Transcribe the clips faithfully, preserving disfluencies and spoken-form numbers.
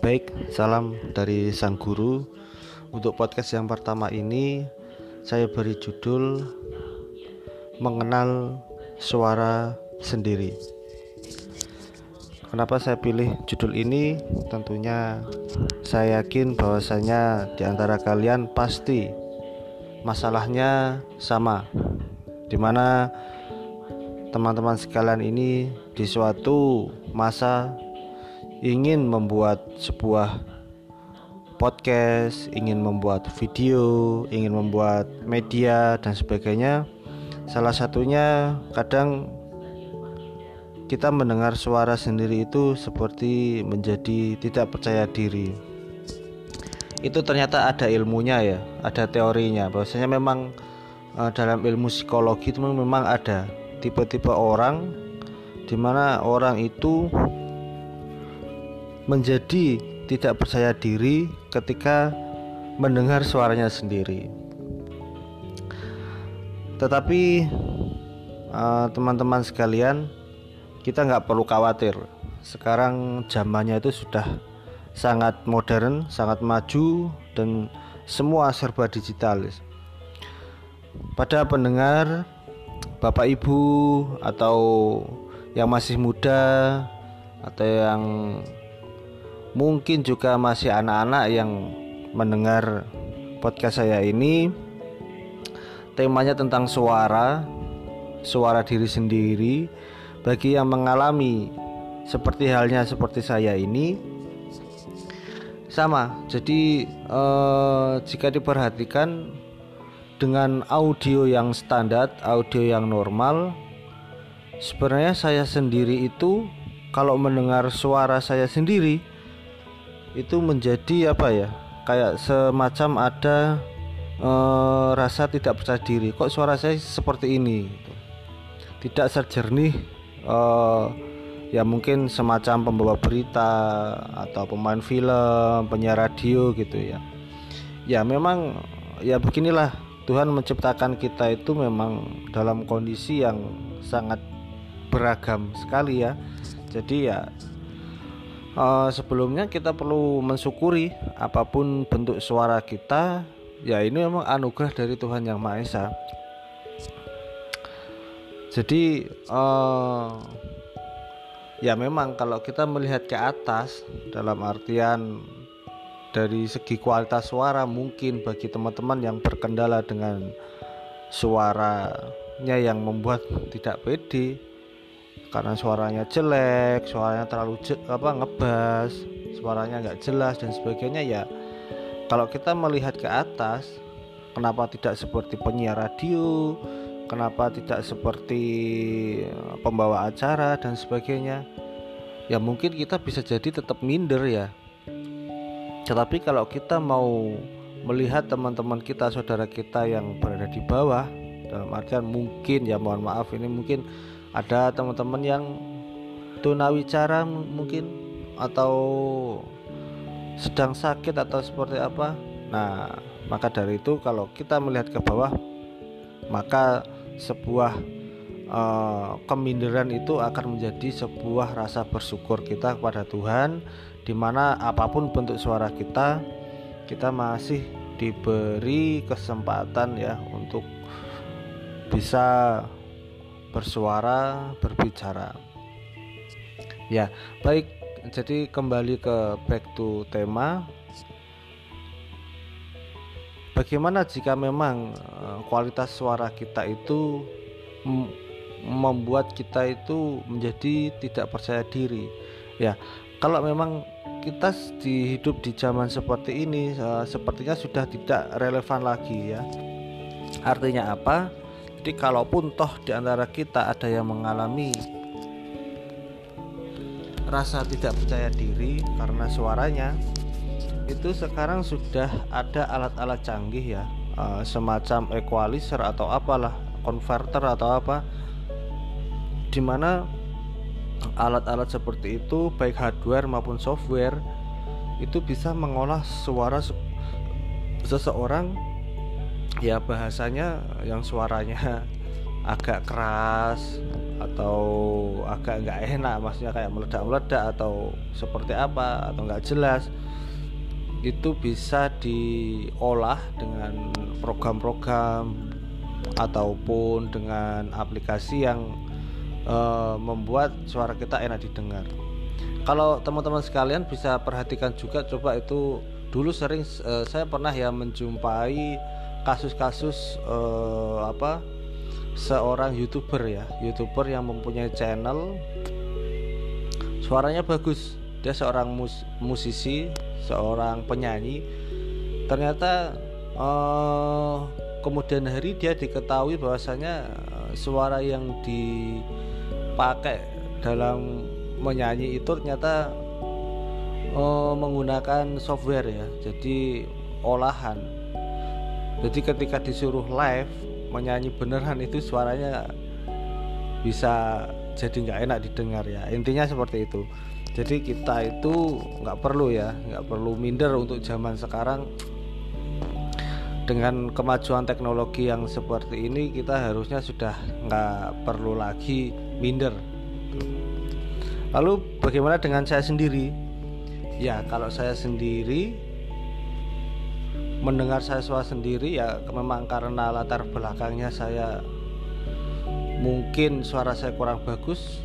Baik, salam dari Sang Guru. Untuk podcast yang pertama ini saya beri judul Mengenal Suara Sendiri. Kenapa saya pilih judul ini? Tentunya saya yakin bahwasanya di antara kalian pasti masalahnya sama, dimana teman-teman sekalian ini di suatu masa ingin membuat sebuah podcast, ingin membuat video, ingin membuat media dan sebagainya. Salah satunya kadang kita mendengar suara sendiri itu seperti menjadi tidak percaya diri. Itu ternyata ada ilmunya ya, ada teorinya. Bahwasanya memang uh, dalam ilmu psikologi itu memang ada tipe-tipe orang di mana orang itu menjadi tidak percaya diri ketika mendengar suaranya sendiri. Tetapi uh, teman-teman sekalian, kita nggak perlu khawatir. Sekarang zamannya itu sudah sangat modern, sangat maju, dan semua serba digitalis. Pada pendengar, Bapak Ibu atau yang masih muda atau yang mungkin juga masih anak-anak yang mendengar podcast saya ini, temanya tentang suara, suara diri sendiri. Bagi yang mengalami seperti halnya seperti saya ini, sama. Jadi eh, jika diperhatikan dengan audio yang standar, audio yang normal, sebenarnya saya sendiri itu kalau mendengar suara saya sendiri itu menjadi apa ya, kayak semacam ada eh, rasa tidak percaya diri. Kok suara saya seperti ini gitu. Tidak sejernih eh, ya mungkin semacam pembawa berita atau pemain film, penyiar radio gitu ya. Ya memang ya beginilah, Tuhan menciptakan kita itu memang dalam kondisi yang sangat beragam sekali ya. Jadi ya Uh, sebelumnya kita perlu mensyukuri apapun bentuk suara kita, ya ini memang anugerah dari Tuhan Yang Maha Esa. Jadi uh, ya memang kalau kita melihat ke atas dalam artian dari segi kualitas suara, mungkin bagi teman-teman yang berkendala dengan suaranya yang membuat tidak pede karena suaranya jelek, suaranya terlalu je, apa ngebas, suaranya nggak jelas dan sebagainya, ya kalau kita melihat ke atas, kenapa tidak seperti penyiar radio, kenapa tidak seperti pembawa acara dan sebagainya, ya mungkin kita bisa jadi tetap minder ya. Tetapi kalau kita mau melihat teman-teman kita, saudara kita yang berada di bawah, dalam artian mungkin ya mohon maaf ini mungkin ada teman-teman yang tunawicara mungkin, atau sedang sakit atau seperti apa. Nah, maka dari itu kalau kita melihat ke bawah, maka sebuah uh, keminderan itu akan menjadi sebuah rasa bersyukur kita kepada Tuhan, dimana apapun bentuk suara kita, kita masih diberi kesempatan ya untuk bisa bersuara, berbicara. Ya, baik. Jadi kembali ke back to tema. Bagaimana jika memang uh, kualitas suara kita itu m- membuat kita itu menjadi tidak percaya diri? Ya, kalau memang kita di hidup di zaman seperti ini, uh, sepertinya sudah tidak relevan lagi ya. Artinya apa? Jadi kalaupun toh di antara kita ada yang mengalami rasa tidak percaya diri karena suaranya, itu sekarang sudah ada alat-alat canggih ya, uh, semacam equalizer atau apalah, converter atau apa, dimana alat-alat seperti itu baik hardware maupun software itu bisa mengolah suara seseorang, ya bahasanya yang suaranya agak keras atau agak nggak enak, maksudnya kayak meledak-meledak atau seperti apa atau nggak jelas, itu bisa diolah dengan program-program ataupun dengan aplikasi yang uh, membuat suara kita enak didengar. Kalau teman-teman sekalian bisa perhatikan juga, coba itu dulu sering uh, saya pernah ya menjumpai kasus-kasus uh, apa seorang youtuber ya youtuber yang mempunyai channel, suaranya bagus, dia seorang mus- musisi, seorang penyanyi. Ternyata uh, kemudian hari dia diketahui bahwasanya uh, suara yang dipakai dalam menyanyi itu ternyata uh, menggunakan software ya, jadi olahan. Jadi ketika disuruh live menyanyi beneran itu suaranya bisa jadi nggak enak didengar ya, intinya seperti itu. Jadi kita itu nggak perlu ya nggak perlu minder untuk zaman sekarang. Dengan kemajuan teknologi yang seperti ini, kita harusnya sudah nggak perlu lagi minder. Lalu bagaimana dengan saya sendiri? Ya kalau saya sendiri mendengar saya suara sendiri ya memang karena latar belakangnya saya mungkin suara saya kurang bagus,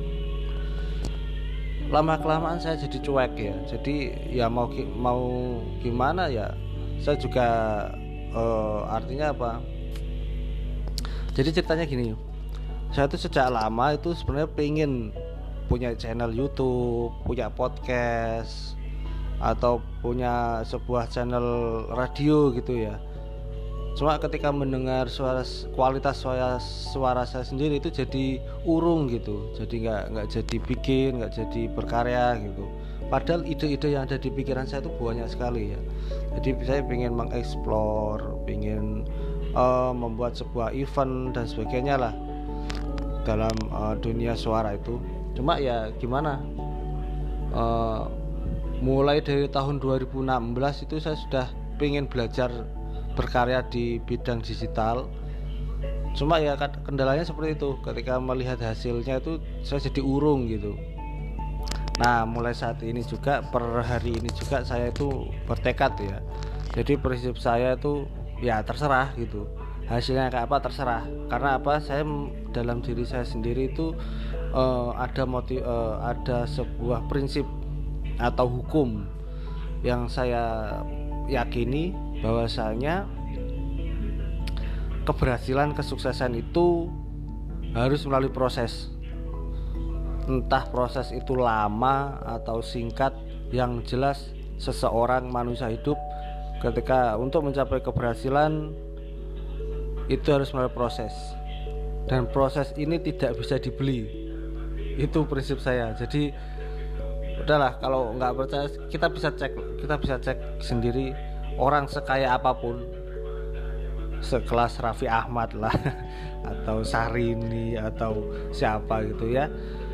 lama kelamaan saya jadi cuek ya. Jadi ya mau mau gimana ya, saya juga uh, artinya apa, jadi ceritanya gini, saya tuh sejak lama itu sebenarnya pengen punya channel YouTube, punya podcast, atau punya sebuah channel radio gitu ya. Cuma ketika mendengar suara kualitas suara suara saya sendiri itu jadi urung gitu, jadi nggak nggak jadi bikin, nggak jadi berkarya gitu. Padahal ide-ide yang ada di pikiran saya itu banyak sekali ya. Jadi saya ingin mengeksplor, ingin uh, membuat sebuah event dan sebagainya lah dalam uh, dunia suara itu. Cuma ya gimana? Uh, mulai dari tahun dua ribu enam belas itu saya sudah pengen belajar berkarya di bidang digital. Cuma ya kendalanya seperti itu, ketika melihat hasilnya itu saya jadi urung gitu. Nah mulai saat ini juga, per hari ini juga saya itu bertekad ya. Jadi prinsip saya itu ya terserah gitu, hasilnya kayak apa terserah. Karena apa, saya dalam diri saya sendiri itu uh, ada motiv, uh, ada sebuah prinsip atau hukum yang saya yakini, bahwasanya keberhasilan, kesuksesan itu harus melalui proses. Entah proses itu lama atau singkat, yang jelas seseorang manusia hidup ketika untuk mencapai keberhasilan itu harus melalui proses, dan proses ini tidak bisa dibeli. Itu prinsip saya. Jadi udahlah, kalau nggak percaya kita bisa cek kita bisa cek sendiri. Orang sekaya apapun, sekelas Raffi Ahmad lah atau Syahrini atau siapa gitu ya,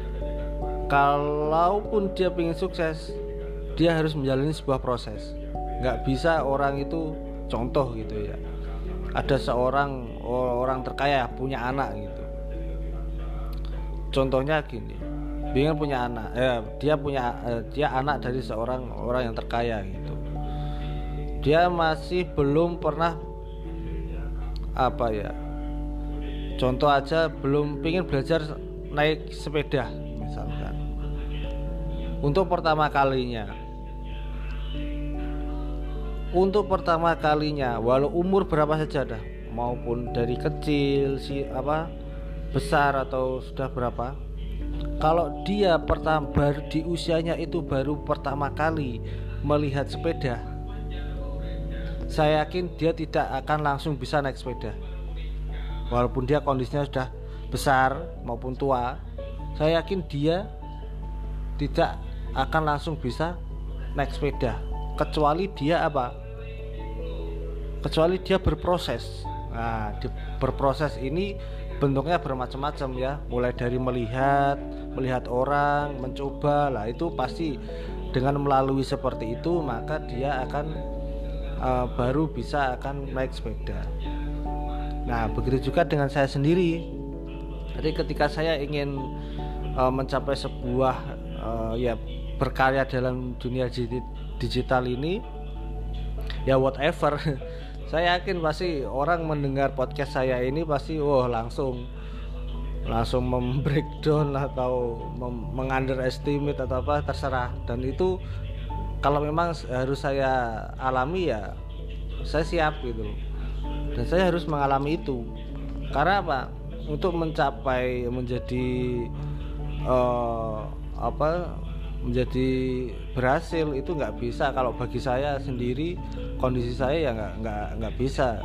kalaupun dia ingin sukses, dia harus menjalani sebuah proses. Nggak bisa orang itu, contoh gitu ya, ada seorang orang terkaya punya anak gitu, contohnya gini, ingin punya anak, eh, dia punya eh, dia anak dari seorang orang yang terkaya gitu. Dia masih belum pernah apa ya, contoh aja, belum ingin belajar naik sepeda misalkan untuk pertama kalinya. Untuk pertama kalinya, walau umur berapa saja dah, maupun dari kecil si apa besar atau sudah berapa, kalau dia pertama baru di usianya itu baru pertama kali melihat sepeda, saya yakin dia tidak akan langsung bisa naik sepeda. Walaupun dia kondisinya sudah besar maupun tua, saya yakin dia tidak akan langsung bisa naik sepeda, kecuali dia apa? Kecuali dia berproses. Nah, di berproses ini bentuknya bermacam-macam ya, mulai dari melihat, melihat orang, mencoba lah, itu pasti dengan melalui seperti itu maka dia akan uh, baru bisa akan naik sepeda. Nah, begitu juga dengan saya sendiri. Jadi ketika saya ingin uh, mencapai sebuah uh, ya berkarya dalam dunia digital ini, ya whatever, saya yakin pasti orang mendengar podcast saya ini pasti wah langsung langsung membreakdown atau mem- mengunderestimate atau apa terserah. Dan itu kalau memang harus saya alami ya saya siap gitu loh. Dan saya harus mengalami itu. Karena apa? Untuk mencapai menjadi uh, apa menjadi berhasil itu nggak bisa kalau bagi saya sendiri, kondisi saya ya nggak nggak nggak bisa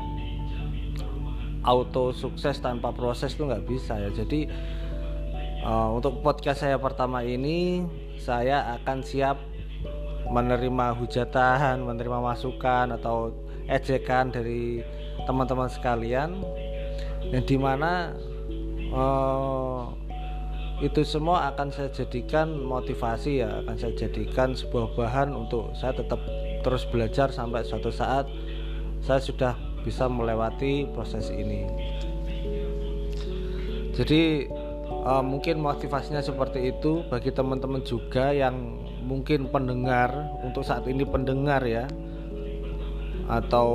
auto sukses tanpa proses, itu nggak bisa ya. Jadi uh, untuk podcast saya pertama ini saya akan siap menerima hujatan, menerima masukan atau ejekan dari teman-teman sekalian, yang dimana uh, itu semua akan saya jadikan motivasi ya, akan saya jadikan sebuah bahan untuk saya tetap terus belajar sampai suatu saat saya sudah bisa melewati proses ini. Jadi uh, mungkin motivasinya seperti itu bagi teman-teman juga yang mungkin pendengar, untuk saat ini pendengar ya, atau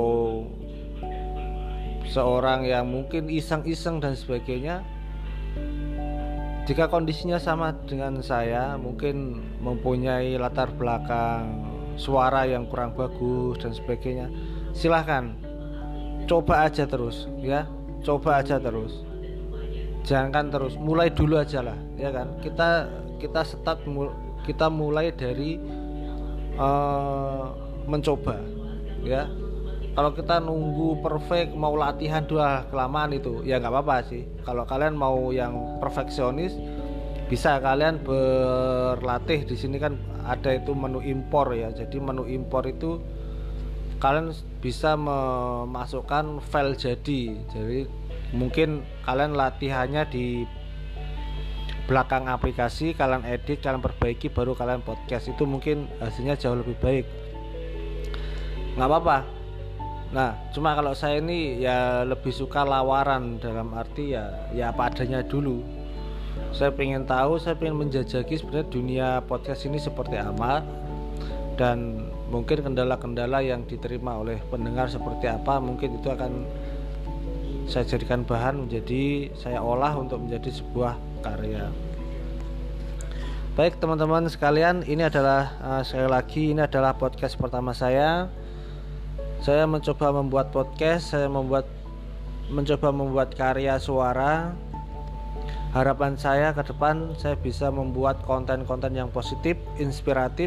seorang yang mungkin iseng-iseng dan sebagainya. Jika kondisinya sama dengan saya, mungkin mempunyai latar belakang suara yang kurang bagus dan sebagainya, silahkan coba aja terus ya, coba aja terus, jangan terus, mulai dulu aja lah ya kan. Kita kita start kita mulai dari uh, mencoba ya. Kalau kita nunggu perfect, mau latihan dua kelamaan itu ya nggak apa-apa sih. Kalau kalian mau yang perfeksionis, bisa kalian berlatih. Di sini kan ada itu menu impor ya. Jadi menu impor itu kalian bisa memasukkan file jadi. Jadi mungkin kalian latihannya di belakang aplikasi, kalian edit, kalian perbaiki, baru kalian podcast. Itu mungkin hasilnya jauh lebih baik. Nggak apa-apa. Nah, cuma kalau saya ini ya lebih suka lawaran, dalam arti ya ya apa adanya dulu. Saya pengen tahu, saya pengen menjajaki sebenarnya dunia podcast ini seperti apa, dan mungkin kendala-kendala yang diterima oleh pendengar seperti apa. Mungkin itu akan saya jadikan bahan menjadi saya olah untuk menjadi sebuah karya. Baik teman-teman sekalian, ini adalah uh, sekali lagi ini adalah podcast pertama saya. Saya mencoba membuat podcast, saya membuat mencoba membuat karya suara. Harapan saya ke depan saya bisa membuat konten-konten yang positif, inspiratif.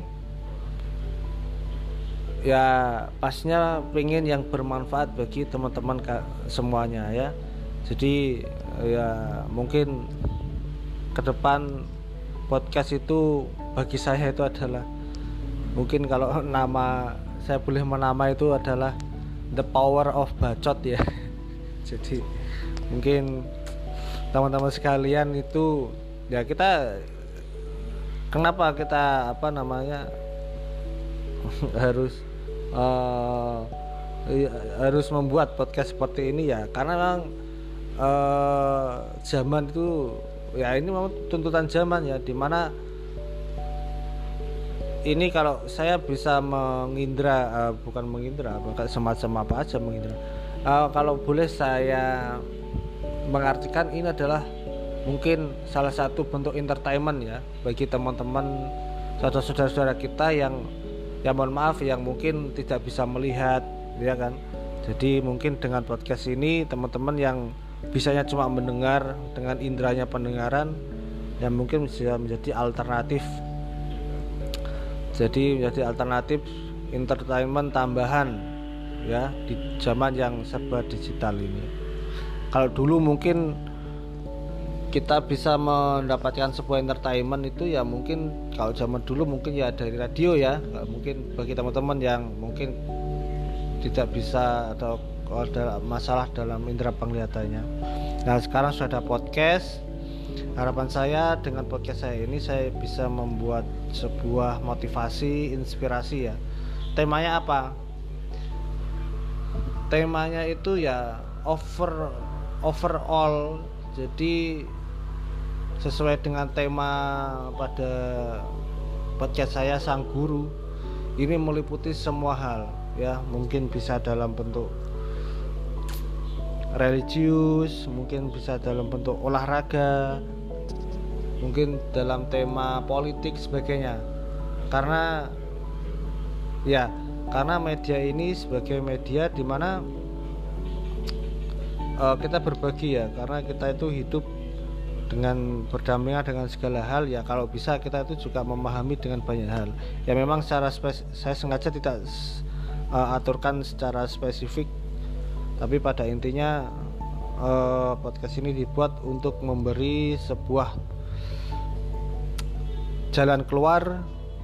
Ya pastinya pengen yang bermanfaat bagi teman-teman semuanya ya. Jadi ya mungkin ke depan podcast itu bagi saya itu adalah, mungkin kalau nama saya boleh menama itu adalah the power of bacot ya. Jadi mungkin teman-teman sekalian itu ya, kita kenapa kita apa namanya harus uh, harus membuat podcast seperti ini ya, karena memang uh, zaman itu ya, ini memang tuntutan zaman ya, dimana ini kalau saya bisa mengindra, uh, bukan mengindra, bukan semacam apa aja mengindra. Uh, kalau boleh saya mengartikan ini adalah mungkin salah satu bentuk entertainment ya bagi teman-teman saudara-saudara kita yang ya mohon maaf yang mungkin tidak bisa melihat ya kan. Jadi mungkin dengan podcast ini teman-teman yang bisanya cuma mendengar dengan indranya pendengaran, yang mungkin bisa menjadi alternatif. Jadi menjadi alternatif entertainment tambahan ya di zaman yang serba digital ini. Kalau dulu mungkin kita bisa mendapatkan sebuah entertainment itu ya mungkin kalau zaman dulu mungkin ya dari radio ya. Nggak mungkin bagi teman-teman yang mungkin tidak bisa atau ada masalah dalam indera penglihatannya. Nah sekarang sudah ada podcast. Harapan saya dengan podcast saya ini saya bisa membuat sebuah motivasi, inspirasi ya. Temanya apa? Temanya itu ya over overall. Jadi sesuai dengan tema pada podcast saya Sang Guru. Ini meliputi semua hal ya, mungkin bisa dalam bentuk religius, mungkin bisa dalam bentuk olahraga, mungkin dalam tema politik sebagainya. Karena ya, karena media ini sebagai media di mana uh, kita berbagi ya, karena kita itu hidup dengan berdampingan dengan segala hal ya. Kalau bisa kita itu juga memahami dengan banyak hal ya. Memang secara spes- saya sengaja tidak uh, aturkan secara spesifik, tapi pada intinya uh, podcast ini dibuat untuk memberi sebuah jalan keluar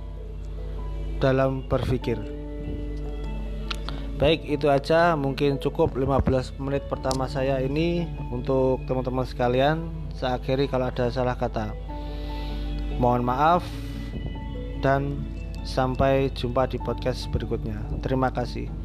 dalam berpikir. Baik, itu aja, mungkin cukup lima belas menit pertama saya ini untuk teman-teman sekalian. Saya akhiri kalau ada salah kata, mohon maaf, dan sampai jumpa di podcast berikutnya. Terima kasih.